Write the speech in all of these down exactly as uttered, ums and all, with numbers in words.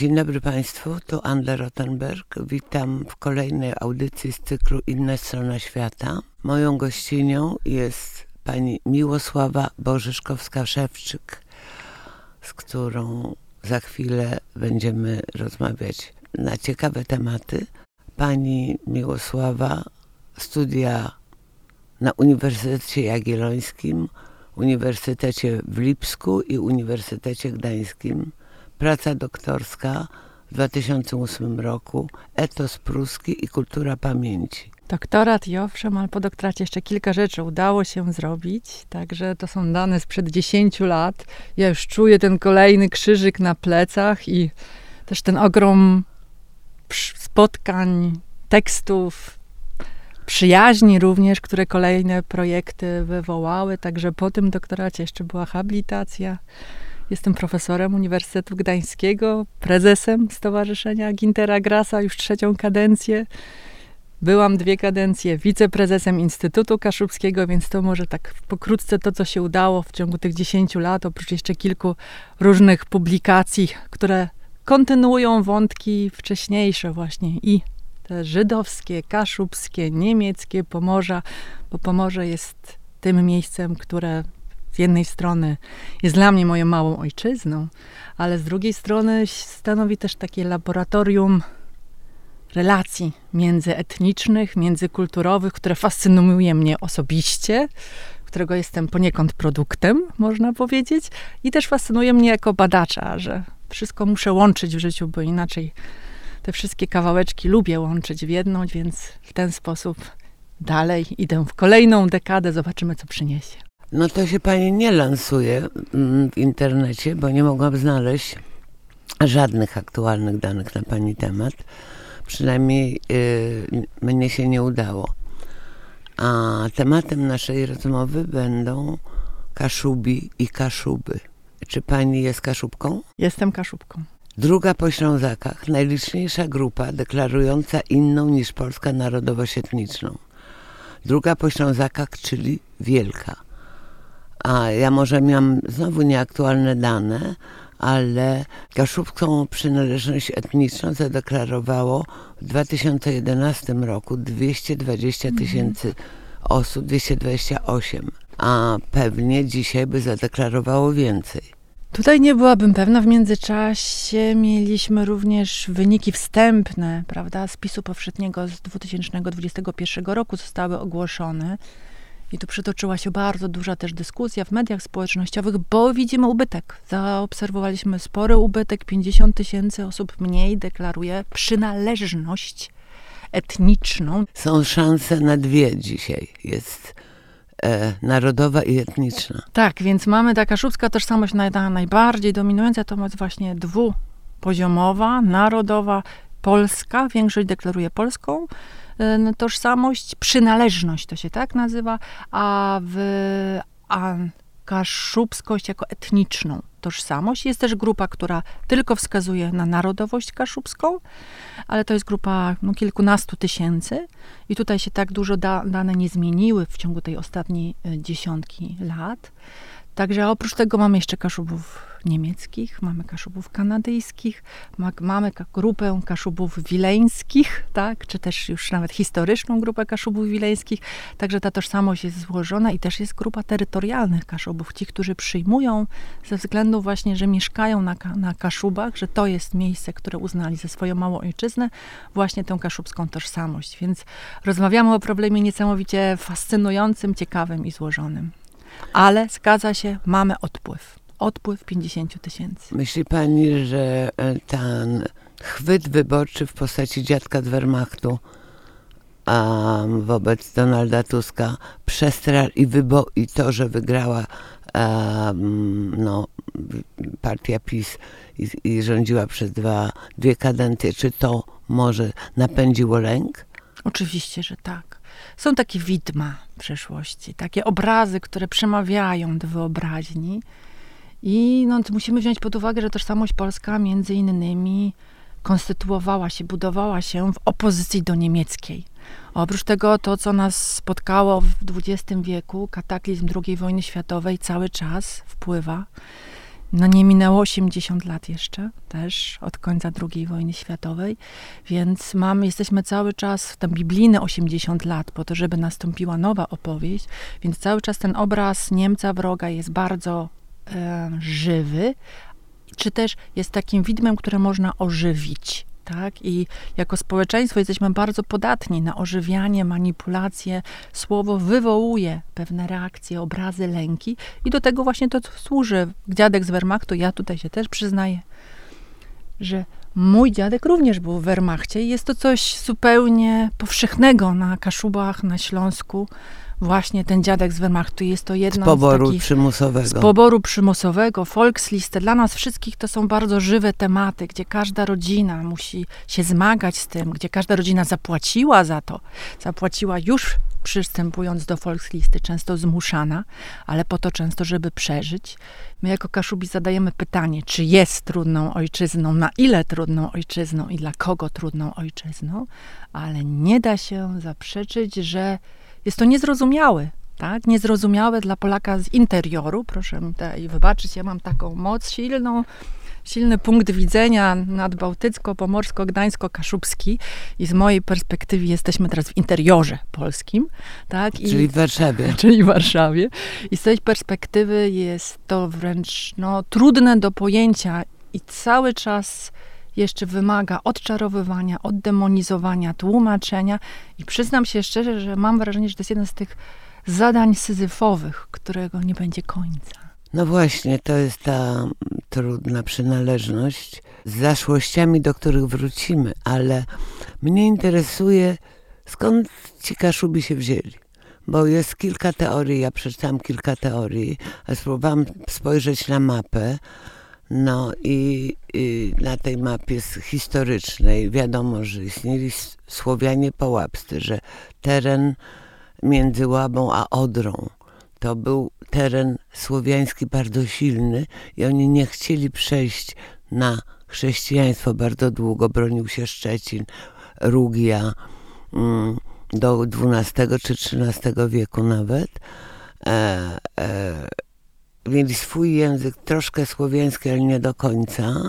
Dzień dobry Państwu, tu Anna Rothenberg. Witam w kolejnej audycji z cyklu Inna strona świata. Moją gościnią jest pani Miłosława Borzyszkowska-Szewczyk, z którą za chwilę będziemy rozmawiać na ciekawe tematy. Pani Miłosława studia na Uniwersytecie Jagiellońskim, Uniwersytecie w Lipsku i Uniwersytecie Gdańskim. Praca doktorska w dwa tysiące ósmym roku, etos pruski i kultura pamięci. Doktorat i owszem, ale po doktoracie jeszcze kilka rzeczy udało się zrobić, także to są dane sprzed dziesięciu lat. Ja już czuję ten kolejny krzyżyk na plecach i też ten ogrom spotkań, tekstów, przyjaźni również, które kolejne projekty wywołały. Także po tym doktoracie jeszcze była habilitacja. Jestem profesorem Uniwersytetu Gdańskiego, prezesem Stowarzyszenia Güntera Grassa już trzecią kadencję. Byłam dwie kadencje wiceprezesem Instytutu Kaszubskiego, więc to może tak pokrótce to, co się udało w ciągu tych dziesięciu lat, oprócz jeszcze kilku różnych publikacji, które kontynuują wątki wcześniejsze właśnie i te żydowskie, kaszubskie, niemieckie, Pomorza, bo Pomorze jest tym miejscem, które z jednej strony jest dla mnie moją małą ojczyzną, ale z drugiej strony stanowi też takie laboratorium relacji międzyetnicznych, międzykulturowych, które fascynuje mnie osobiście, którego jestem poniekąd produktem, można powiedzieć, i też fascynuje mnie jako badacza, że wszystko muszę łączyć w życiu, bo inaczej te wszystkie kawałeczki lubię łączyć w jedną, więc w ten sposób dalej idę w kolejną dekadę, zobaczymy, co przyniesie. No to się pani nie lansuje w internecie, bo nie mogłam znaleźć żadnych aktualnych danych na pani temat. Przynajmniej yy, mnie się nie udało. A tematem naszej rozmowy będą Kaszubi i Kaszuby. Czy pani jest Kaszubką? Jestem Kaszubką. Druga po Ślązakach, najliczniejsza grupa deklarująca inną niż Polska narodowość etniczną. Druga po Ślązakach, czyli wielka. A ja może miałam znowu nieaktualne dane, ale kaszubską przynależność etniczną zadeklarowało w dwa tysiące jedenastym roku dwieście dwadzieścia tysięcy osób, dwieście dwadzieścia osiem, a pewnie dzisiaj by zadeklarowało więcej. Tutaj nie byłabym pewna. W międzyczasie mieliśmy również wyniki wstępne, prawda, spisu powszechnego z dwa tysiące dwudziestego pierwszego roku zostały ogłoszone. I tu przytoczyła się bardzo duża też dyskusja w mediach społecznościowych, bo widzimy ubytek. Zaobserwowaliśmy spory ubytek, pięćdziesiąt tysięcy osób mniej deklaruje przynależność etniczną. Są szanse na dwie dzisiaj. Jest e, narodowa i etniczna. Tak, więc mamy ta kaszubska tożsamość naj, najbardziej dominująca, to jest właśnie dwupoziomowa, narodowa, polska. Większość deklaruje polską tożsamość, przynależność to się tak nazywa, a w a kaszubskość jako etniczną tożsamość. Jest też grupa, która tylko wskazuje na narodowość kaszubską, ale to jest grupa no, kilkunastu tysięcy i tutaj się tak dużo da, dane nie zmieniły w ciągu tej ostatniej dziesiątki lat. Także oprócz tego mamy jeszcze Kaszubów niemieckich, mamy Kaszubów kanadyjskich, ma, mamy grupę Kaszubów wileńskich, tak, czy też już nawet historyczną grupę Kaszubów wileńskich. Także ta tożsamość jest złożona i też jest grupa terytorialnych Kaszubów. Ci, którzy przyjmują ze względu właśnie, że mieszkają na, na Kaszubach, że to jest miejsce, które uznali za swoją małą ojczyznę, właśnie tę kaszubską tożsamość. Więc rozmawiamy o problemie niesamowicie fascynującym, ciekawym i złożonym. Ale zgadza się, mamy odpływ. Odpływ pięćdziesiąt tysięcy. Myśli pani, że ten chwyt wyborczy w postaci dziadka z Wehrmachtu a wobec Donalda Tuska przestrar i, wybo- i to, że wygrała a, no, partia PiS i, i rządziła przez dwa, dwie kadencje, czy to może napędziło lęk? Oczywiście, że tak. Są takie widma przeszłości, takie obrazy, które przemawiają do wyobraźni. I no, musimy wziąć pod uwagę, że tożsamość polska między innymi konstytuowała się, budowała się w opozycji do niemieckiej. Oprócz tego to, co nas spotkało w dwudziestym wieku, kataklizm drugiej wojny światowej cały czas wpływa. No nie minęło osiemdziesiąt lat jeszcze, też od końca drugiej wojny światowej, więc mamy, jesteśmy cały czas w tym biblijne osiemdziesiąt lat, po to, żeby nastąpiła nowa opowieść, więc cały czas ten obraz Niemca wroga jest bardzo e, żywy, czy też jest takim widmem, które można ożywić. Tak? I jako społeczeństwo jesteśmy bardzo podatni na ożywianie, manipulacje. Słowo wywołuje pewne reakcje, obrazy, lęki i do tego właśnie to służy. Dziadek z Wehrmachtu, ja tutaj się też przyznaję, że mój dziadek również był w Wehrmachcie i jest to coś zupełnie powszechnego na Kaszubach, na Śląsku. Właśnie ten dziadek z Wehrmachtu jest to jedna z poboru z takich, przymusowego. Z poboru przymusowego, Volksliste. Dla nas wszystkich to są bardzo żywe tematy, gdzie każda rodzina musi się zmagać z tym, gdzie każda rodzina zapłaciła za to. Zapłaciła już przystępując do Volkslisty, często zmuszana, ale po to często, żeby przeżyć. My jako Kaszubi zadajemy pytanie, czy jest trudną ojczyzną, na ile trudną ojczyzną i dla kogo trudną ojczyzną, ale nie da się zaprzeczyć, że jest to niezrozumiałe, tak? Niezrozumiałe dla Polaka z interioru. Proszę mi tutaj wybaczyć, ja mam taką moc silną, silny punkt widzenia nadbałtycko-pomorsko-gdańsko-kaszubski i z mojej perspektywy jesteśmy teraz w interiorze polskim, tak? I, czyli w Warszawie. Czyli w Warszawie. I z tej perspektywy jest to wręcz no, trudne do pojęcia i cały czas jeszcze wymaga odczarowywania, oddemonizowania, tłumaczenia i przyznam się szczerze, że mam wrażenie, że to jest jeden z tych zadań syzyfowych, którego nie będzie końca. No właśnie, to jest ta trudna przynależność z zaszłościami, do których wrócimy, ale mnie interesuje, skąd ci Kaszubi się wzięli. Bo jest kilka teorii, ja przeczytałam kilka teorii, a spróbowałam spojrzeć na mapę. No i, i na tej mapie historycznej wiadomo, że istnieli Słowianie połapscy, że teren między Łabą a Odrą to był teren słowiański bardzo silny i oni nie chcieli przejść na chrześcijaństwo bardzo długo. Bronił się Szczecin, Rugia mm, do dwunastego czy trzynastego wieku nawet. E, e, Mieli swój język, troszkę słowiański, ale nie do końca.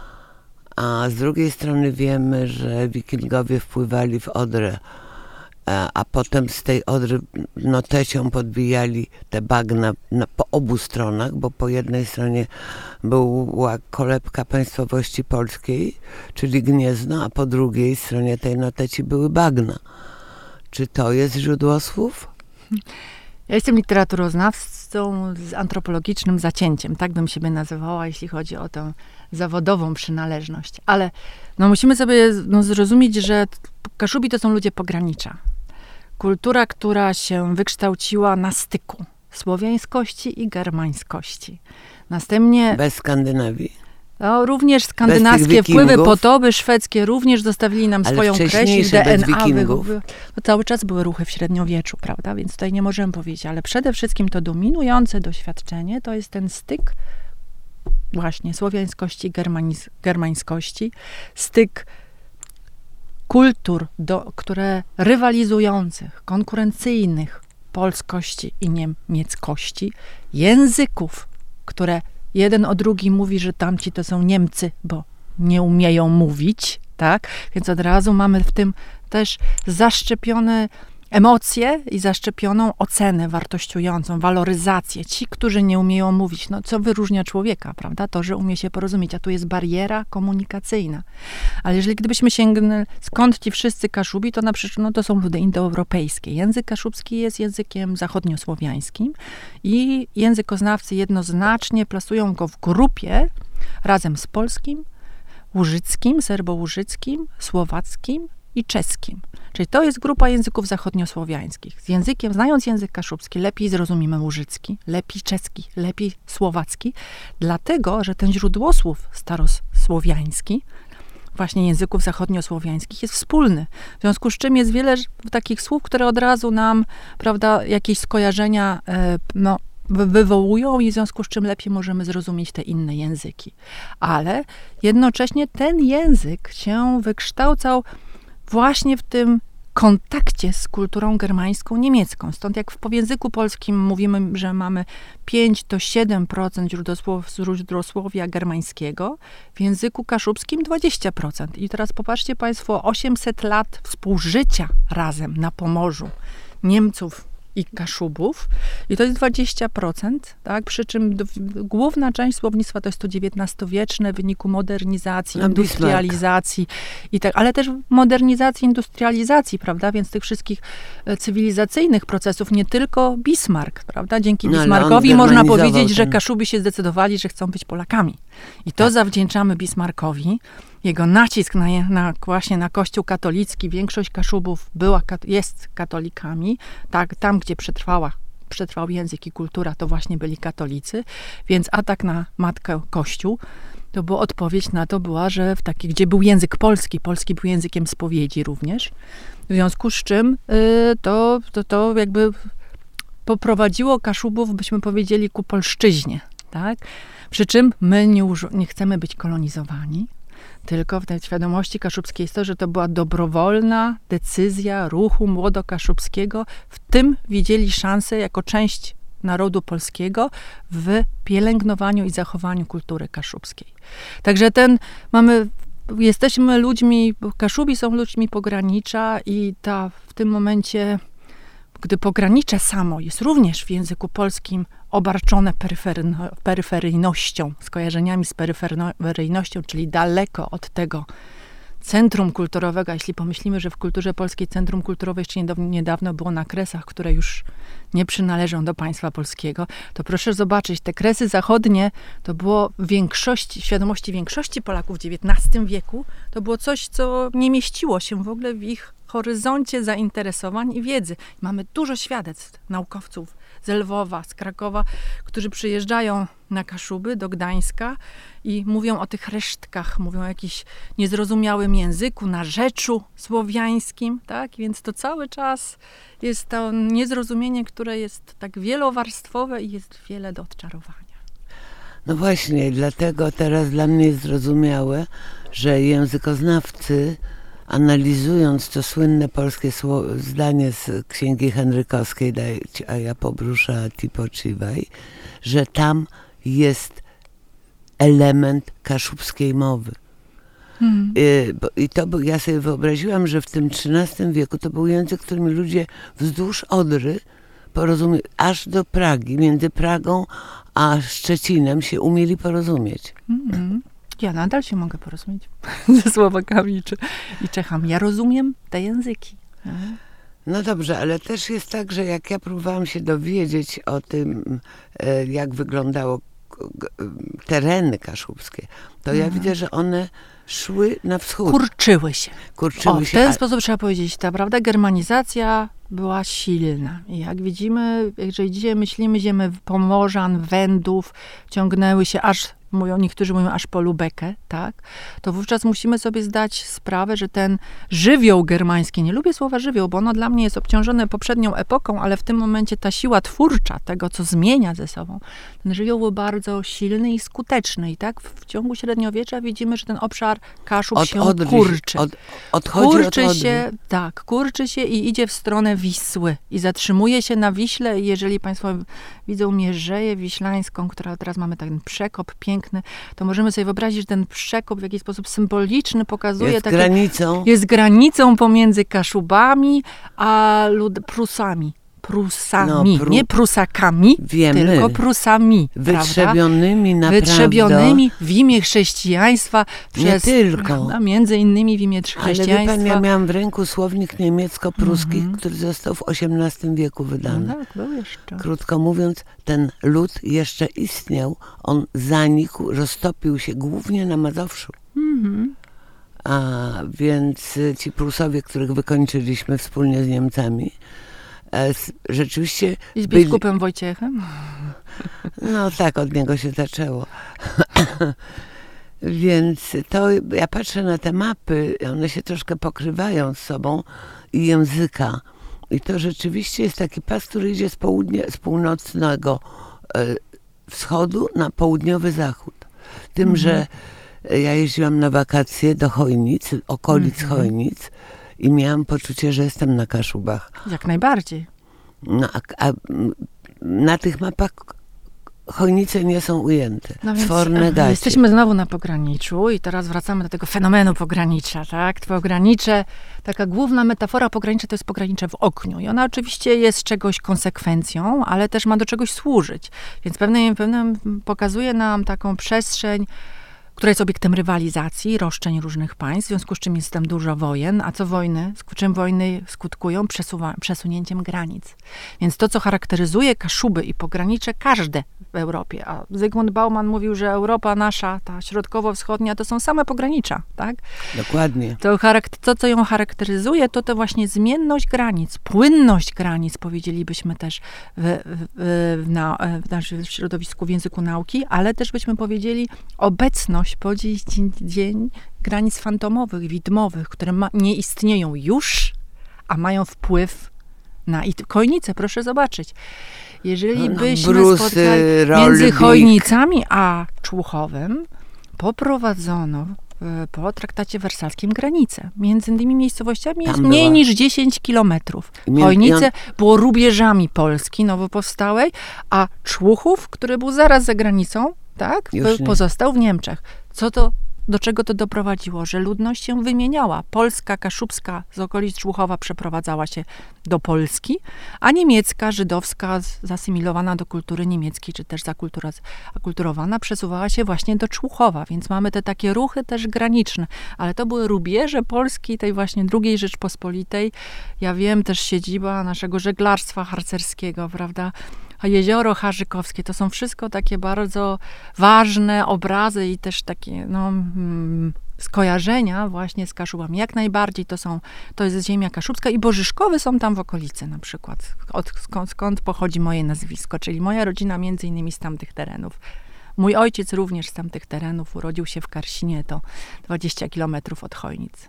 A z drugiej strony wiemy, że wikingowie wpływali w Odrę, a, a potem z tej Odry notecią podbijali te bagna na, po obu stronach, bo po jednej stronie była kolebka państwowości polskiej, czyli Gniezno, a po drugiej stronie tej noteci były bagna. Czy to jest źródło słów? Ja jestem literaturoznawcą z antropologicznym zacięciem, tak bym siebie nazywała, jeśli chodzi o tę zawodową przynależność. Ale no, musimy sobie no, zrozumieć, że Kaszubi to są ludzie pogranicza. Kultura, która się wykształciła na styku słowiańskości i germańskości. Następnie... Bez Skandynawii? No, również skandynawskie wpływy, potoby szwedzkie również zostawili nam ale swoją kreśl, D N A. Wikingów. No, cały czas były ruchy w średniowieczu, prawda? Więc tutaj nie możemy powiedzieć, ale przede wszystkim to dominujące doświadczenie to jest ten styk właśnie słowiańskości, germaniz- germańskości, styk kultur, do, które rywalizujących, konkurencyjnych polskości i niemieckości, języków, które jeden o drugim mówi, że tamci to są Niemcy, bo nie umieją mówić, tak? Więc od razu mamy w tym też zaszczepione emocje i zaszczepioną ocenę wartościującą, waloryzację. Ci, którzy nie umieją mówić, no co wyróżnia człowieka, prawda? To, że umie się porozumieć, a tu jest bariera komunikacyjna. Ale jeżeli gdybyśmy sięgnęli, skąd ci wszyscy Kaszubi, to na przykład no, to są ludy indoeuropejskie. Język kaszubski jest językiem zachodniosłowiańskim i językoznawcy jednoznacznie plasują go w grupie razem z polskim, łużyckim, serbo-łużyckim, słowackim i czeskim. Czyli to jest grupa języków zachodniosłowiańskich. Z językiem, znając język kaszubski, lepiej zrozumiemy łużycki, lepiej czeski, lepiej słowacki, dlatego, że ten źródłosłów starosłowiański, właśnie języków zachodniosłowiańskich, jest wspólny. W związku z czym jest wiele takich słów, które od razu nam, prawda, jakieś skojarzenia no, wywołują i w związku z czym lepiej możemy zrozumieć te inne języki. Ale jednocześnie ten język się wykształcał właśnie w tym kontakcie z kulturą germańską, niemiecką. Stąd jak w języku polskim mówimy, że mamy pięć do siedem procent źródosłow, źródłosłowia germańskiego, w języku kaszubskim dwadzieścia procent. I teraz popatrzcie Państwo, osiemset lat współżycia razem na Pomorzu Niemców i Kaszubów. I to jest dwadzieścia procent, tak? Przy czym d- główna część słownictwa to jest to dziewiętnastowieczne w wyniku modernizacji, No, industrializacji, i tak, ale też modernizacji, industrializacji, prawda? Więc tych wszystkich e, cywilizacyjnych procesów, nie tylko Bismarck, prawda? Dzięki No, ale Bismarckowi on można germanizował powiedzieć, że ten- Kaszubi się zdecydowali, że chcą być Polakami. I to Tak. zawdzięczamy Bismarckowi. Jego nacisk na, na, właśnie na Kościół katolicki, większość Kaszubów była, jest katolikami, tak, tam gdzie przetrwała, przetrwał język i kultura, to właśnie byli katolicy, więc atak na Matkę Kościół, to była odpowiedź na to była, że w taki, gdzie był język polski, polski był językiem spowiedzi również, w związku z czym y, to, to, to jakby poprowadziło Kaszubów, byśmy powiedzieli, ku polszczyźnie, tak? Przy czym my nie, uż- nie chcemy być kolonizowani, tylko w tej świadomości kaszubskiej jest to, że to była dobrowolna decyzja ruchu młodokaszubskiego. W tym widzieli szansę jako część narodu polskiego w pielęgnowaniu i zachowaniu kultury kaszubskiej. Także ten mamy, jesteśmy ludźmi, Kaszubi są ludźmi pogranicza i ta w tym momencie, gdy pogranicze samo jest również w języku polskim obarczone peryferyno, peryferyjnością, skojarzeniami z peryferyjnością, czyli daleko od tego centrum kulturowego. A jeśli pomyślimy, że w kulturze polskiej centrum kulturowe jeszcze niedawno, niedawno było na Kresach, które już nie przynależą do państwa polskiego, to proszę zobaczyć, te Kresy zachodnie to było w większości, świadomości większości Polaków w dziewiętnastym wieku, to było coś, co nie mieściło się w ogóle w ich horyzoncie zainteresowań i wiedzy. Mamy dużo świadectw naukowców z Lwowa, z Krakowa, którzy przyjeżdżają na Kaszuby, do Gdańska i mówią o tych resztkach, mówią o jakimś niezrozumiałym języku, narzeczu słowiańskim, tak? Więc to cały czas jest to niezrozumienie, które jest tak wielowarstwowe i jest wiele do odczarowania. No właśnie, dlatego teraz dla mnie jest zrozumiałe, że językoznawcy, analizując to słynne polskie sło- zdanie z księgi Henrykowskiej, daj, a ja pobrusza, a ti poczywaj, że tam jest element kaszubskiej mowy. Hmm. Y, bo, I to był, ja sobie wyobraziłam, że w tym trzynastym wieku to był język, którym ludzie wzdłuż Odry porozumie, aż do Pragi, między Pragą a Szczecinem się umieli porozumieć. Mm-hmm. Ja nadal się mogę porozumieć ze Słowakami czy, i Czechami. Ja rozumiem te języki. Mhm. No dobrze, ale też jest tak, że jak ja próbowałam się dowiedzieć o tym, e, jak wyglądało k- g- tereny kaszubskie, to ja Mhm. widzę, że one szły na wschód. Kurczyły się. Kurczyły O, w się. ten a- sposób trzeba powiedzieć, ta prawda, germanizacja była silna. I jak widzimy, jeżeli dzisiaj myślimy, ziemy Pomorzan, Wędów ciągnęły się aż, mówią, niektórzy mówią aż po Lubekę, tak? To wówczas musimy sobie zdać sprawę, że ten żywioł germański, nie lubię słowa żywioł, bo ono dla mnie jest obciążone poprzednią epoką, ale w tym momencie ta siła twórcza tego, co zmienia ze sobą, ten żywioł był bardzo silny i skuteczny. I tak w ciągu średniowiecza widzimy, że ten obszar Kaszub od się Odry, kurczy. Od, odchodzi Kurczy od Odry. się, tak, kurczy się i idzie w stronę Wisły i zatrzymuje się na Wiśle. I jeżeli Państwo widzą Mierzeję Wiślańską, która teraz mamy ten przekop piękny, to możemy sobie wyobrazić, że ten przekop w jakiś sposób symboliczny pokazuje Jest takie, granicą. jest granicą pomiędzy Kaszubami a lud, Prusami. Prusami, No, Pru- nie Prusakami, Wiemy. tylko Prusami, prawda? Wytrzebionymi naprawdę. Wytrzebionymi w imię chrześcijaństwa Nie przez, tylko. prawda, między innymi w imię Ale wie chrześcijaństwa. pan, ja miałam w ręku słownik niemiecko-pruski, Mhm. który został w osiemnastym wieku wydany. No tak, był jeszcze. Krótko mówiąc, ten lud jeszcze istniał. On zanikł, roztopił się głównie na Mazowszu. Mhm. A więc y, ci Prusowie, których wykończyliśmy wspólnie z Niemcami, e, s- rzeczywiście I z byli- biskupem Wojciechem? No tak, od niego się zaczęło. Więc to ja patrzę na te mapy, one się troszkę pokrywają z sobą i języka. I to rzeczywiście jest taki pas, który idzie z, południa, z północnego e, wschodu na południowy zachód. Tym, Mhm. że ja jeździłam na wakacje do Chojnic, okolic Mhm. Chojnic i miałam poczucie, że jestem na Kaszubach. Jak najbardziej. No, a, a na tych mapach Chojnice nie są ujęte. No więc Sforne gacie. Jesteśmy znowu na pograniczu i teraz wracamy do tego fenomenu pogranicza, tak? Pogranicze, taka główna metafora pogranicza to jest pogranicze w ogniu. I ona oczywiście jest czegoś konsekwencją, ale też ma do czegoś służyć. Więc pewnie, pewnie pokazuje nam taką przestrzeń, która jest obiektem rywalizacji, roszczeń różnych państw, w związku z czym jest tam dużo wojen. A co wojny? Czym wojny skutkują? Przesuwa, przesunięciem granic. Więc to, co charakteryzuje Kaszuby i pogranicze, każde w Europie. A Zygmunt Bauman mówił, że Europa nasza, ta środkowo-wschodnia, to są same pogranicza, tak? Dokładnie. To, to, co ją charakteryzuje, to to właśnie zmienność granic, płynność granic, powiedzielibyśmy też w, w, na, w naszym środowisku, w języku nauki, ale też byśmy powiedzieli obecność po dziś dzień granic fantomowych, widmowych, które ma, nie istnieją już, a mają wpływ na i Chojnice, proszę zobaczyć. Jeżeli no, byśmy Brusy, spotkali Rolbik. Między Chojnicami a Człuchowem poprowadzono po traktacie wersalskim granicę. Między tymi miejscowościami jest Tam mniej była. niż dziesięć kilometrów. Mię- Chojnice on- było rubieżami Polski nowo powstałej, a Człuchów, który był zaraz za granicą, tak, Już był- nie. pozostał w Niemczech. Co to, do czego to doprowadziło? Że ludność się wymieniała. Polska, kaszubska z okolic Człuchowa przeprowadzała się do Polski, a niemiecka, żydowska, z- zasymilowana do kultury niemieckiej, czy też zakultura- zakulturowana, przesuwała się właśnie do Człuchowa. Więc mamy te takie ruchy też graniczne. Ale to były rubieże Polski, tej właśnie drugiej Rzeczpospolitej. Ja wiem, też siedziba naszego żeglarstwa harcerskiego, prawda? A jezioro Harzykowskie, to są wszystko takie bardzo ważne obrazy i też takie, no, mm, skojarzenia właśnie z Kaszubami. Jak najbardziej to są, to jest ziemia kaszubska i Bożyszkowy są tam w okolicy na przykład. Od, skąd, skąd pochodzi moje nazwisko, czyli moja rodzina między innymi z tamtych terenów. Mój ojciec również z tamtych terenów, urodził się w Karsinie, to dwadzieścia kilometrów od Chojnic.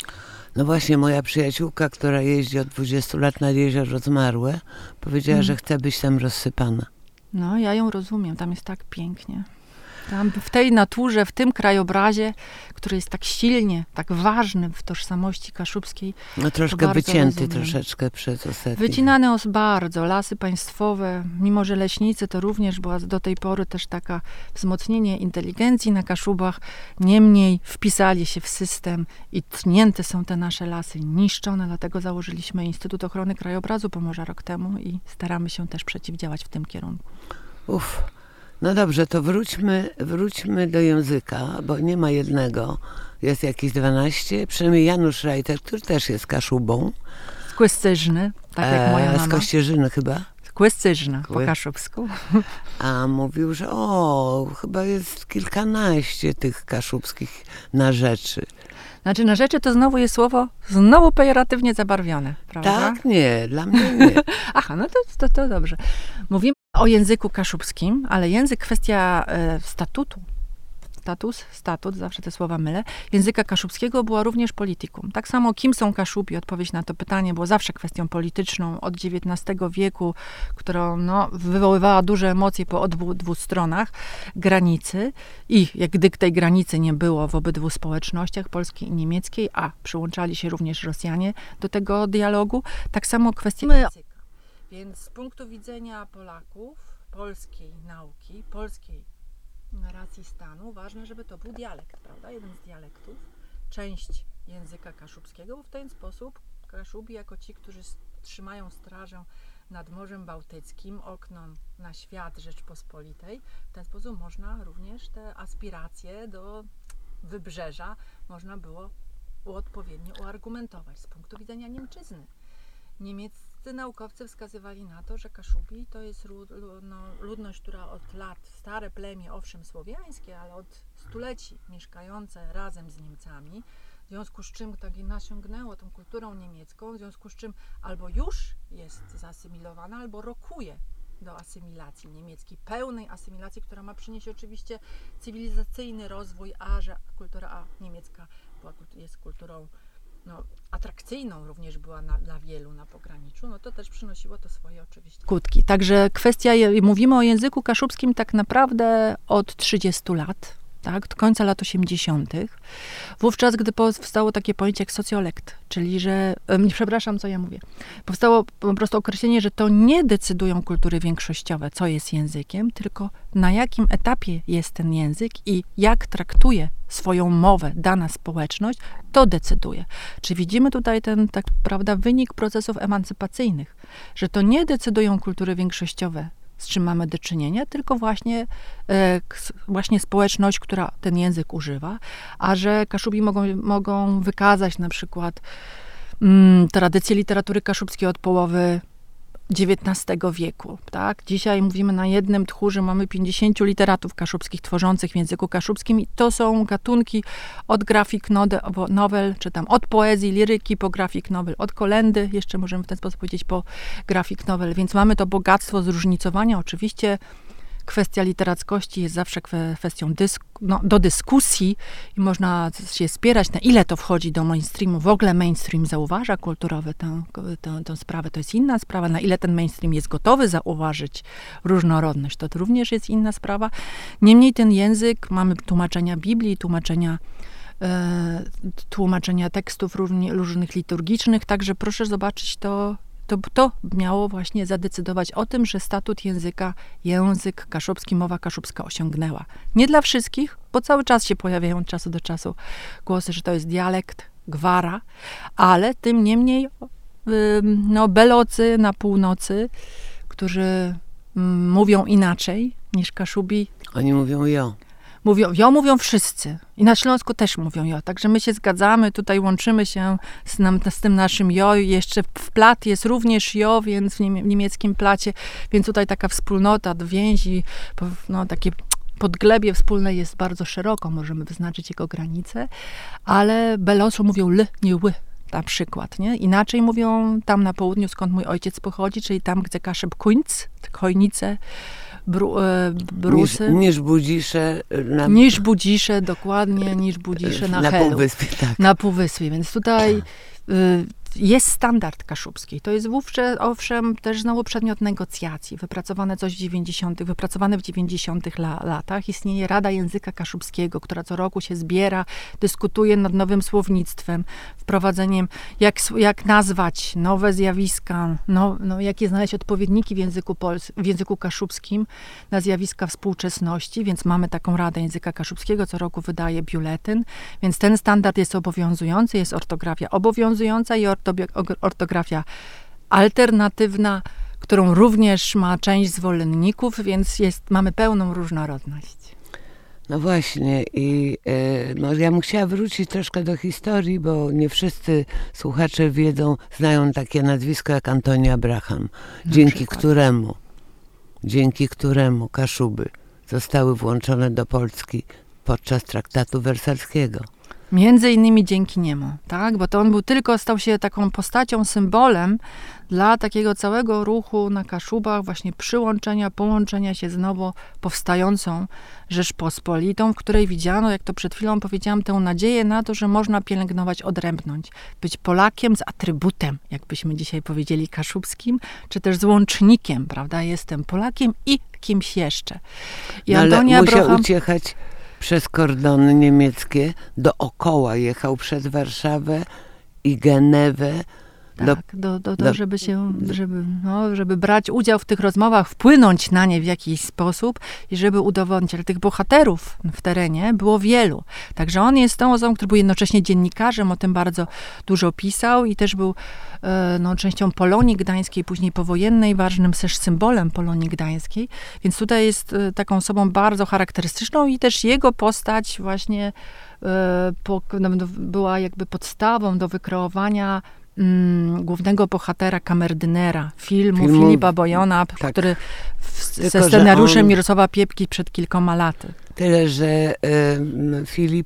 No właśnie, moja przyjaciółka, która jeździ od dwudziestu lat nad jezioro Zmarłe, powiedziała, Mm. że chce być tam rozsypana. No, ja ją rozumiem, tam jest tak pięknie. Tam w tej naturze, w tym krajobrazie, który jest tak silnie, tak ważny w tożsamości kaszubskiej. No troszkę bardzo wycięty rozumiem. troszeczkę przez ostatnie. Wycinane os bardzo, lasy państwowe, mimo że leśnicy to również była do tej pory też taka wzmocnienie inteligencji na Kaszubach, niemniej wpisali się w system i tnięte są te nasze lasy, niszczone, dlatego założyliśmy Instytut Ochrony Krajobrazu Pomorza rok temu i staramy się też przeciwdziałać w tym kierunku. Uff. No dobrze, to wróćmy, wróćmy do języka, bo nie ma jednego. Jest jakieś dwanaście, przynajmniej Janusz Reiter, który też jest Kaszubą. Z Kłyscyżny, tak jak moja E, mama. z Kościerzyny chyba. Kłyscyżna po Kły- kaszubsku. A mówił, że o, chyba jest kilkanaście tych kaszubskich narzeczy. Znaczy na rzeczy to znowu jest słowo znowu pejoratywnie zabarwione, prawda? Tak? Nie, dla mnie nie. Aha, no to, to, to dobrze. Mówimy o języku kaszubskim, ale język, kwestia e, statutu, status, statut, zawsze te słowa mylę, języka kaszubskiego była również polityką. Tak samo kim są Kaszubi, odpowiedź na to pytanie było zawsze kwestią polityczną od dziewiętnastego wieku, która no, wywoływała duże emocje po obydwu dwóch stronach granicy i jak gdy tej granicy nie było w obydwu społecznościach, polskiej i niemieckiej, a przyłączali się również Rosjanie do tego dialogu, tak samo kwestia języka. Więc z punktu widzenia Polaków, polskiej nauki, polskiej racji stanu, ważne, żeby to był dialekt, prawda? Jeden z dialektów, część języka kaszubskiego, bo w ten sposób Kaszubi jako ci, którzy trzymają strażę nad Morzem Bałtyckim, okno na świat Rzeczpospolitej, w ten sposób można również te aspiracje do wybrzeża można było odpowiednio uargumentować z punktu widzenia Niemczyzny. Niemieccy naukowcy wskazywali na to, że Kaszubi to jest no, ludność, która od lat, stare plemię, owszem słowiańskie, ale od stuleci mieszkające razem z Niemcami, w związku z czym tak nasiągnęło tą kulturą niemiecką, w związku z czym albo już jest zasymilowana, albo rokuje do asymilacji niemieckiej, pełnej asymilacji, która ma przynieść oczywiście cywilizacyjny rozwój, a że kultura a niemiecka była, jest kulturą no, atrakcyjną również była na, dla wielu na pograniczu, no to też przynosiło to swoje oczywiście skutki. Także kwestia, mówimy o języku kaszubskim tak naprawdę od trzydziestu lat. tak, do końca lat osiemdziesiątych, wówczas, gdy powstało takie pojęcie jak socjolekt, czyli że, um, przepraszam, co ja mówię, powstało po prostu określenie, że to nie decydują kultury większościowe, co jest językiem, tylko na jakim etapie jest ten język i jak traktuje swoją mowę dana społeczność, to decyduje. Czy widzimy tutaj ten, tak prawda, wynik procesów emancypacyjnych, że to nie decydują kultury większościowe, z czym mamy do czynienia, tylko właśnie, e, właśnie społeczność, która ten język używa, a że Kaszubi mogą, mogą wykazać na przykład mm, tradycję literatury kaszubskiej od połowy dziewiętnastego wieku, tak? Dzisiaj mówimy na jednym tchórze, mamy pięćdziesięciu literatów kaszubskich tworzących w języku kaszubskim i to są gatunki od grafik nowel, czy tam od poezji, liryki po grafik nowel, od kolendy, jeszcze możemy w ten sposób powiedzieć, po grafik nowel, więc mamy to bogactwo zróżnicowania. Oczywiście kwestia literackości jest zawsze kwestią dysk no, do dyskusji i można się spierać, na ile to wchodzi do mainstreamu. W ogóle mainstream zauważa kulturowy tę, tę, tę sprawę, to jest inna sprawa. Na ile ten mainstream jest gotowy zauważyć różnorodność, to, to również jest inna sprawa. Niemniej ten język, mamy tłumaczenia Biblii, tłumaczenia e, tłumaczenia tekstów różni, różnych liturgicznych, także proszę zobaczyć to, To, to miało właśnie zadecydować o tym, że statut języka, język kaszubski, mowa kaszubska osiągnęła. Nie dla wszystkich, bo cały czas się pojawiają od czasu do czasu głosy, że to jest dialekt, gwara, ale tym niemniej no, belocy na północy, którzy mm, mówią inaczej niż Kaszubi. Oni mówią jo. Mówią, jo mówią wszyscy. I na Śląsku też mówią jo. Także my się zgadzamy, tutaj łączymy się z, nam, z tym naszym jo. Jeszcze w plat jest również jo, więc w niemieckim placie, więc tutaj taka wspólnota, więzi, no takie podglebie wspólne jest bardzo szeroko, możemy wyznaczyć jego granice, ale Belosu mówią l, nie ły. Na przykład, nie? Inaczej mówią tam na południu, skąd mój ojciec pochodzi, czyli tam, gdzie Kaszeb Kuńc, Chojnice, Bru, e, Brusy. Niż, niż Budzisze. Na, niż Budzisze, dokładnie, niż Budzisze na, na Helu. Półwyspie, tak. Na Półwyspie, więc tutaj y, jest standard kaszubski. To jest wówczas, owszem, też znowu przedmiot negocjacji. Wypracowane coś w dziewięćdziesiątych, wypracowane w dziewięćdziesiątych la, latach. Istnieje Rada Języka Kaszubskiego, która co roku się zbiera, dyskutuje nad nowym słownictwem, wprowadzeniem, jak, jak nazwać nowe zjawiska, no, no, jakie znaleźć odpowiedniki w języku, pols- w języku kaszubskim na zjawiska współczesności, więc mamy taką Radę Języka Kaszubskiego, co roku wydaje biuletyn, więc ten standard jest obowiązujący, jest ortografia obowiązująca i ortografia alternatywna, którą również ma część zwolenników, więc jest, mamy pełną różnorodność. No właśnie i e, no ja bym chciała wrócić troszkę do historii, bo nie wszyscy słuchacze wiedzą, znają takie nazwisko jak Antoni Abraham, dzięki przykład. któremu dzięki któremu Kaszuby zostały włączone do Polski podczas traktatu wersalskiego. Między innymi dzięki niemu, tak? Bo to on był tylko, stał się taką postacią, symbolem dla takiego całego ruchu na Kaszubach, właśnie przyłączenia, połączenia się z nowo powstającą Rzeczpospolitą, w której widziano, jak to przed chwilą powiedziałam, tę nadzieję na to, że można pielęgnować, odrębnąć. Być Polakiem z atrybutem, jakbyśmy dzisiaj powiedzieli, kaszubskim, czy też z łącznikiem, prawda? Jestem Polakiem i kimś jeszcze. I no, ale Antoni musiał Abraham uciekać przez kordony niemieckie, dookoła jechał przez Warszawę i Genewę. Tak, do, do, do, do, żeby się, żeby, no, żeby brać udział w tych rozmowach, wpłynąć na nie w jakiś sposób i żeby udowodnić, ale tych bohaterów w terenie było wielu. Także on jest tą osobą, który był jednocześnie dziennikarzem, o tym bardzo dużo pisał i też był no, częścią Polonii Gdańskiej, później powojennej, ważnym też symbolem Polonii Gdańskiej. Więc tutaj jest taką osobą bardzo charakterystyczną i też jego postać właśnie po, no, była jakby podstawą do wykreowania Mm, głównego bohatera, kamerdynera filmu, filmu Filipa Bojona, tak. który w, Tylko, ze scenariuszem on, Mirosława Piepki przed kilkoma laty. Tyle, że y, Filip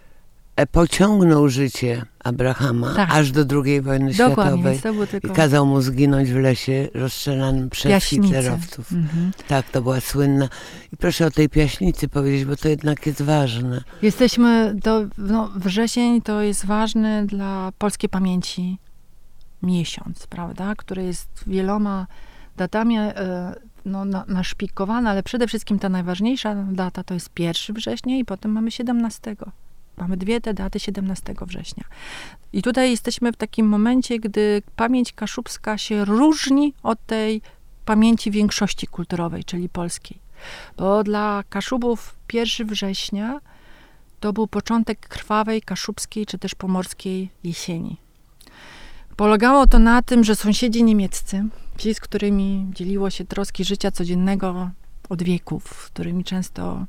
pociągnął życie Abrahama tak. aż do drugiej wojny Dokładnie, światowej tylko... i kazał mu zginąć w lesie rozstrzelanym przez Piaśnicy. hitlerowców. Mhm. Tak, to była słynna. I proszę o tej Piaśnicy powiedzieć, bo to jednak jest ważne. Jesteśmy, do, no, wrzesień to jest ważny dla polskiej pamięci miesiąc, prawda, który jest wieloma datami. no, na, naszpikowana, ale przede wszystkim ta najważniejsza data to jest pierwszego września i potem mamy siedemnastego. Mamy dwie te daty siedemnastego września. I tutaj jesteśmy w takim momencie, gdy pamięć kaszubska się różni od tej pamięci większości kulturowej, czyli polskiej. Bo dla Kaszubów pierwszego września to był początek krwawej kaszubskiej czy też pomorskiej jesieni. Polegało to na tym, że sąsiedzi niemieccy, ci, z którymi dzieliło się troski życia codziennego od wieków, z którymi często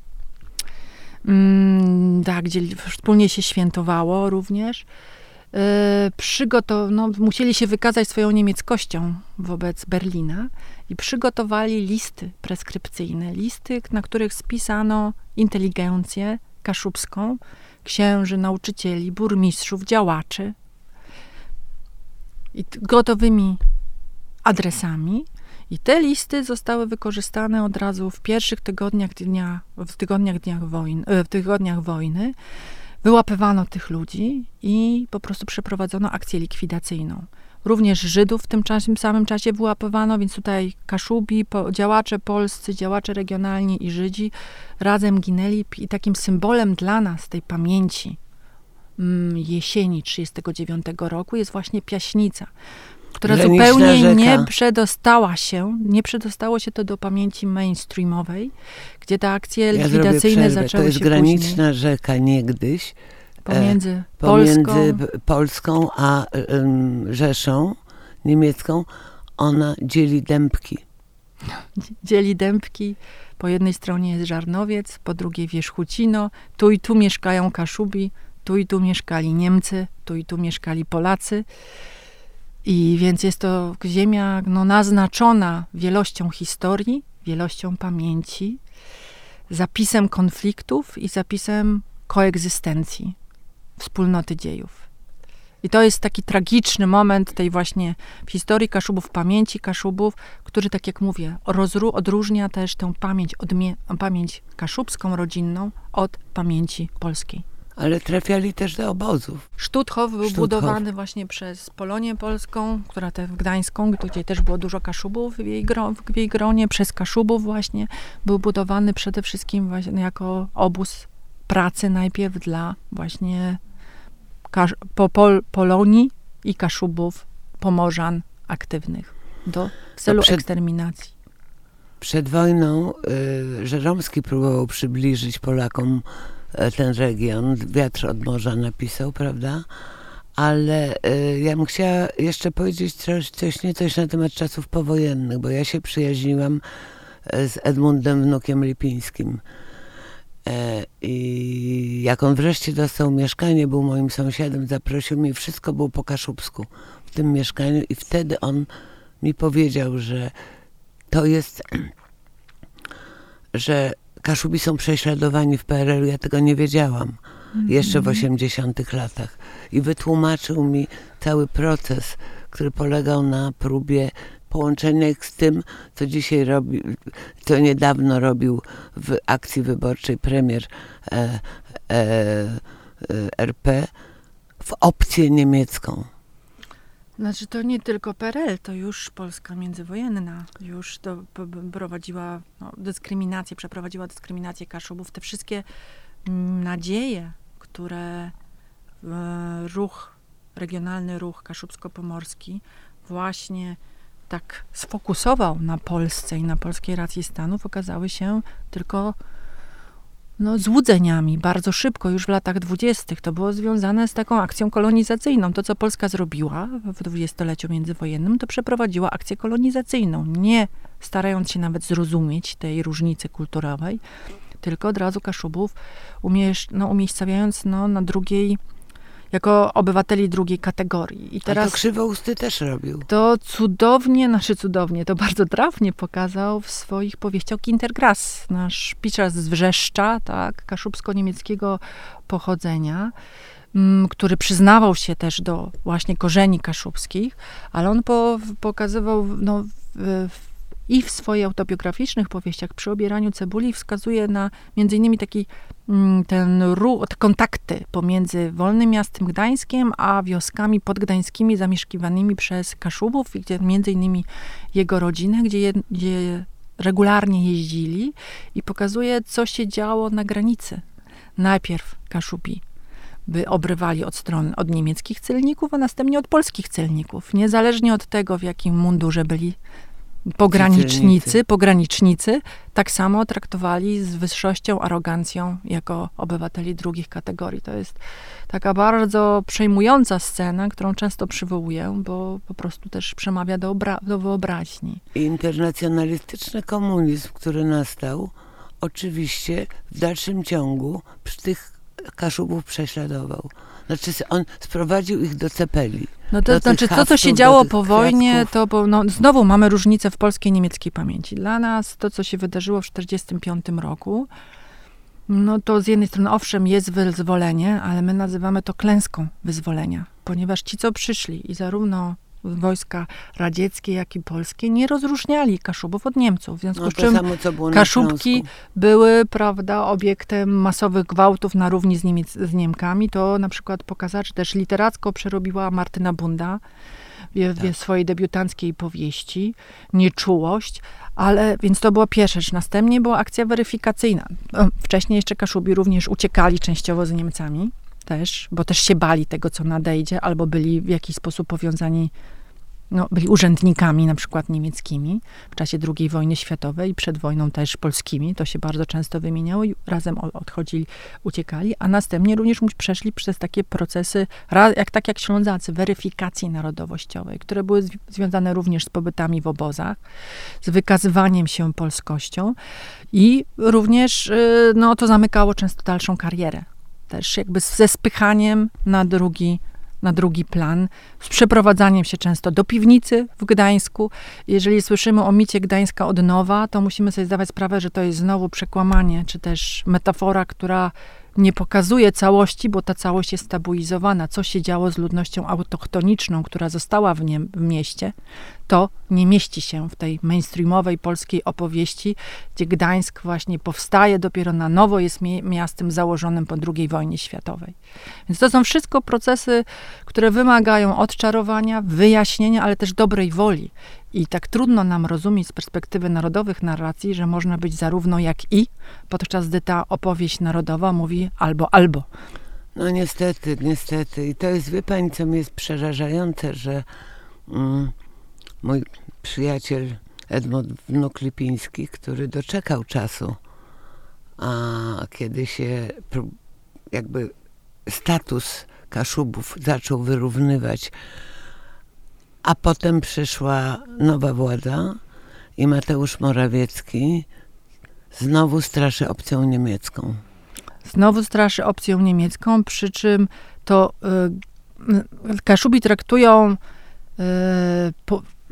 mm, tak, gdzie wspólnie się świętowało również, yy, przygotow- no, musieli się wykazać swoją niemieckością wobec Berlina i przygotowali listy preskrypcyjne, listy, na których spisano inteligencję kaszubską, księży, nauczycieli, burmistrzów, działaczy i t- gotowymi adresami. I te listy zostały wykorzystane od razu w pierwszych tygodniach dnia, w tygodniach, dniach wojny, w tygodniach wojny. Wyłapywano tych ludzi i po prostu przeprowadzono akcję likwidacyjną. Również Żydów w tym czasie, w samym czasie wyłapywano, więc tutaj Kaszubi, po, działacze polscy, działacze regionalni i Żydzi razem ginęli i takim symbolem dla nas tej pamięci mm, jesieni trzydziestego dziewiątego roku jest właśnie Piaśnica, która Graniczna zupełnie rzeka. nie przedostała się, nie przedostało się to do pamięci mainstreamowej, gdzie te akcje Ja likwidacyjne zaczęły zaczęły się To jest się graniczna później. rzeka niegdyś, Pomiędzy, e, Polską, pomiędzy B- Polską a em, Rzeszą niemiecką. Ona dzieli Dębki. dzieli Dębki. Po jednej stronie jest Żarnowiec, po drugiej Wierzchucino. Tu i tu mieszkają Kaszubi, tu i tu mieszkali Niemcy, tu i tu mieszkali Polacy. I więc jest to ziemia no, naznaczona wielością historii, wielością pamięci, zapisem konfliktów i zapisem koegzystencji wspólnoty dziejów. I to jest taki tragiczny moment tej właśnie w historii Kaszubów, pamięci Kaszubów, który, tak jak mówię, rozru- odróżnia też tę pamięć, odmie- pamięć kaszubską, rodzinną od pamięci polskiej. Ale trafiali też do obozów. Sztuthof był Sztuthof. budowany właśnie przez Polonię Polską, która te w Gdańską, gdzie też było dużo Kaszubów w jej, gro, w jej gronie, przez Kaszubów właśnie był budowany przede wszystkim właśnie jako obóz pracy najpierw dla właśnie Kasz, po, pol, Polonii i Kaszubów, Pomorzan aktywnych do, w celu No przed- eksterminacji. Przed wojną y, Żeromski próbował przybliżyć Polakom y, ten region. Wiatr od morza napisał, prawda? Ale y, ja bym chciała jeszcze powiedzieć coś, coś nie coś na temat czasów powojennych, bo ja się przyjaźniłam y, z Edmundem Wnukiem Lipińskim. E, I jak on wreszcie dostał mieszkanie, był moim sąsiadem, zaprosił mnie, wszystko było po kaszubsku w tym mieszkaniu i wtedy on mi powiedział, że to jest, że Kaszubi są prześladowani w P R L u. Ja tego nie wiedziałam jeszcze w osiemdziesiątych latach. I wytłumaczył mi cały proces, który polegał na próbie połączenia ich z tym, co dzisiaj robi, co niedawno robił w akcji wyborczej premier e, e, e, R P w opcję niemiecką. Znaczy to nie tylko P R L, to już Polska międzywojenna już to p- p- prowadziła no, dyskryminację, przeprowadziła dyskryminację Kaszubów. Te wszystkie mm, nadzieje, które e, ruch, regionalny ruch kaszubsko-pomorski właśnie tak sfokusował na Polsce i na polskiej racji stanów, okazały się tylko no, złudzeniami. Bardzo szybko, już w latach dwudziestych, to było związane z taką akcją kolonizacyjną. To, co Polska zrobiła w dwudziestoleciu międzywojennym, to przeprowadziła akcję kolonizacyjną, nie starając się nawet zrozumieć tej różnicy kulturowej, tylko od razu Kaszubów umiesz, no, umiejscawiając no, na drugiej, jako obywateli drugiej kategorii. I Teraz... A teraz to Krzywousty też robił. to cudownie, znaczy cudownie, to bardzo trafnie pokazał w swoich powieściach Kindergrass, nasz pisarz z Wrzeszcza, tak, kaszubsko-niemieckiego pochodzenia, m, który przyznawał się też do właśnie korzeni kaszubskich, ale on po, pokazywał no, w, w, i w swoich autobiograficznych powieściach przy obieraniu cebuli wskazuje na między innymi taki m, ten ruch, te kontakty pomiędzy Wolnym Miastem Gdańskiem, a wioskami podgdańskimi zamieszkiwanymi przez Kaszubów, gdzie między innymi jego rodzinę, gdzie, je, gdzie regularnie jeździli i pokazuje, co się działo na granicy. Najpierw Kaszubi by obrywali od strony, od niemieckich celników, a następnie od polskich celników. Niezależnie od tego, w jakim mundurze byli pogranicznicy, pogranicznicy, tak samo traktowali z wyższością, arogancją jako obywateli drugich kategorii. To jest taka bardzo przejmująca scena, którą często przywołuję, bo po prostu też przemawia do, obra- do wyobraźni. Internacjonalistyczny komunizm, który nastał, oczywiście w dalszym ciągu przy tych Kaszubów prześladował. Znaczy on sprowadził ich do cepeli. No to znaczy to, co się działo po wojnie, to bo, no, znowu mamy różnicę w polskiej i niemieckiej pamięci. Dla nas to, co się wydarzyło w tysiąc dziewięćset czterdziestym piątym roku, no to z jednej strony owszem jest wyzwolenie, ale my nazywamy to klęską wyzwolenia, ponieważ ci, co przyszli i zarówno wojska radzieckie, jak i polskie nie rozróżniali Kaszubów od Niemców. W związku no z czym samo, co było Kaszubki były, prawda, obiektem masowych gwałtów na równi z, Niemiec, z Niemkami. To na przykład pokazała, czy też literacko przerobiła Martyna Bunda w, tak. w swojej debiutanckiej powieści Nieczułość. Ale, więc to była pierwsza rzecz. Następnie była akcja weryfikacyjna. Wcześniej jeszcze Kaszubi również uciekali częściowo z Niemcami. Też, bo też się bali tego, co nadejdzie, albo byli w jakiś sposób powiązani, no, byli urzędnikami na przykład niemieckimi w czasie drugiej wojny światowej i przed wojną też polskimi, to się bardzo często wymieniało i razem odchodzili, uciekali, a następnie również przeszli przez takie procesy, jak, tak jak Ślązacy, weryfikacji narodowościowej, które były zw- związane również z pobytami w obozach, z wykazywaniem się polskością i również no, to zamykało często dalszą karierę. Też jakby ze spychaniem na drugi, na drugi plan, z przeprowadzaniem się często do piwnicy w Gdańsku. Jeżeli słyszymy o micie Gdańska od nowa, to musimy sobie zdawać sprawę, że to jest znowu przekłamanie, czy też metafora, która nie pokazuje całości, bo ta całość jest stabilizowana. Co się działo z ludnością autochtoniczną, która została w, nie, w mieście, to nie mieści się w tej mainstreamowej polskiej opowieści, gdzie Gdańsk właśnie powstaje dopiero na nowo, jest mi- miastem założonym po drugiej wojnie światowej. Więc to są wszystko procesy, które wymagają odczarowania, wyjaśnienia, ale też dobrej woli. I tak trudno nam rozumieć z perspektywy narodowych narracji, że można być zarówno jak i, podczas gdy ta opowieść narodowa mówi albo, albo. No niestety, niestety. I to jest, wie pani, co mi jest przerażające, że mm, mój przyjaciel Edmund Wnuk-Lipiński, który doczekał czasu, a kiedy się jakby status Kaszubów zaczął wyrównywać, a potem przyszła nowa władza i Mateusz Morawiecki znowu straszy opcją niemiecką. Znowu straszy opcją niemiecką, przy czym to y, Kaszubi traktują y, po, y,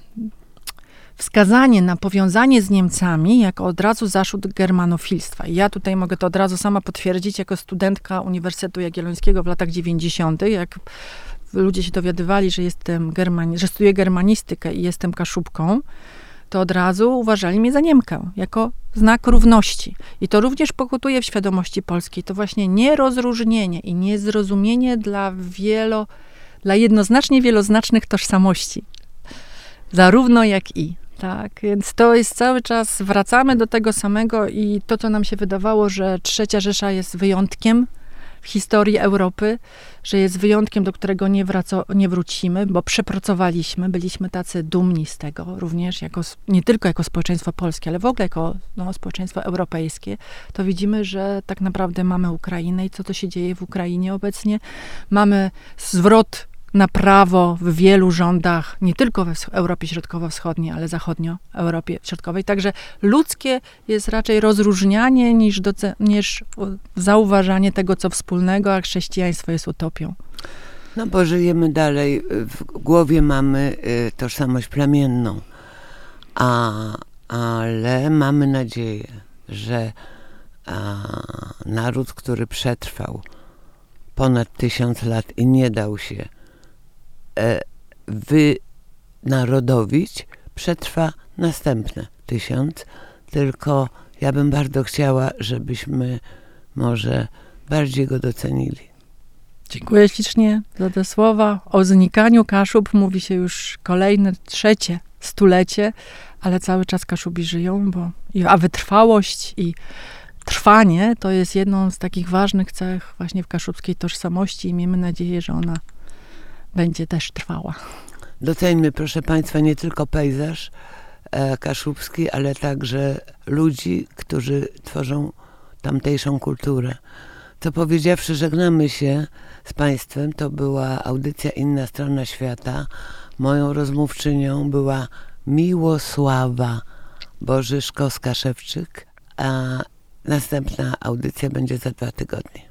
wskazanie na powiązanie z Niemcami jako od razu zarzut germanofilstwa. I ja tutaj mogę to od razu sama potwierdzić jako studentka Uniwersytetu Jagiellońskiego w latach dziewięćdziesiątych, jak ludzie się dowiadywali, że jestem germani- że studiuję germanistykę i jestem Kaszubką, to od razu uważali mnie za Niemkę, jako znak równości. I to również pokutuje w świadomości polskiej. To właśnie nierozróżnienie i niezrozumienie dla wielo, dla jednoznacznie wieloznacznych tożsamości. Zarówno jak i. Tak, więc to jest cały czas, wracamy do tego samego i to, co nam się wydawało, że Trzecia Rzesza jest wyjątkiem w historii Europy, że jest wyjątkiem, do którego nie, wraco, nie wrócimy, bo przepracowaliśmy, byliśmy tacy dumni z tego, również jako, nie tylko jako społeczeństwo polskie, ale w ogóle jako no, społeczeństwo europejskie, to widzimy, że tak naprawdę mamy Ukrainę i co to się dzieje w Ukrainie obecnie. Mamy zwrot na prawo w wielu rządach, nie tylko w Europie Środkowo-Wschodniej, ale zachodnio-Europie Środkowej. Także ludzkie jest raczej rozróżnianie niż, doce- niż zauważanie tego, co wspólnego, a chrześcijaństwo jest utopią. No bo żyjemy dalej, w głowie mamy y, tożsamość plemienną, a, ale mamy nadzieję, że a, naród, który przetrwał ponad tysiąc lat i nie dał się wynarodowić, przetrwa następne tysiąc. Tylko ja bym bardzo chciała, żebyśmy może bardziej go docenili. Dziękuję ślicznie za te słowa. O znikaniu Kaszub mówi się już kolejne, trzecie stulecie, ale cały czas Kaszubi żyją, bo, a wytrwałość i trwanie to jest jedną z takich ważnych cech właśnie w kaszubskiej tożsamości i miejmy nadzieję, że ona będzie też trwała. Doceńmy, proszę Państwa, nie tylko pejzaż e, kaszubski, ale także ludzi, którzy tworzą tamtejszą kulturę. Co powiedziawszy, żegnamy się z Państwem. To była audycja Inna Strona Świata. Moją rozmówczynią była Miłosława Bożyszkowska-Szewczyk, a następna audycja będzie za dwa tygodnie.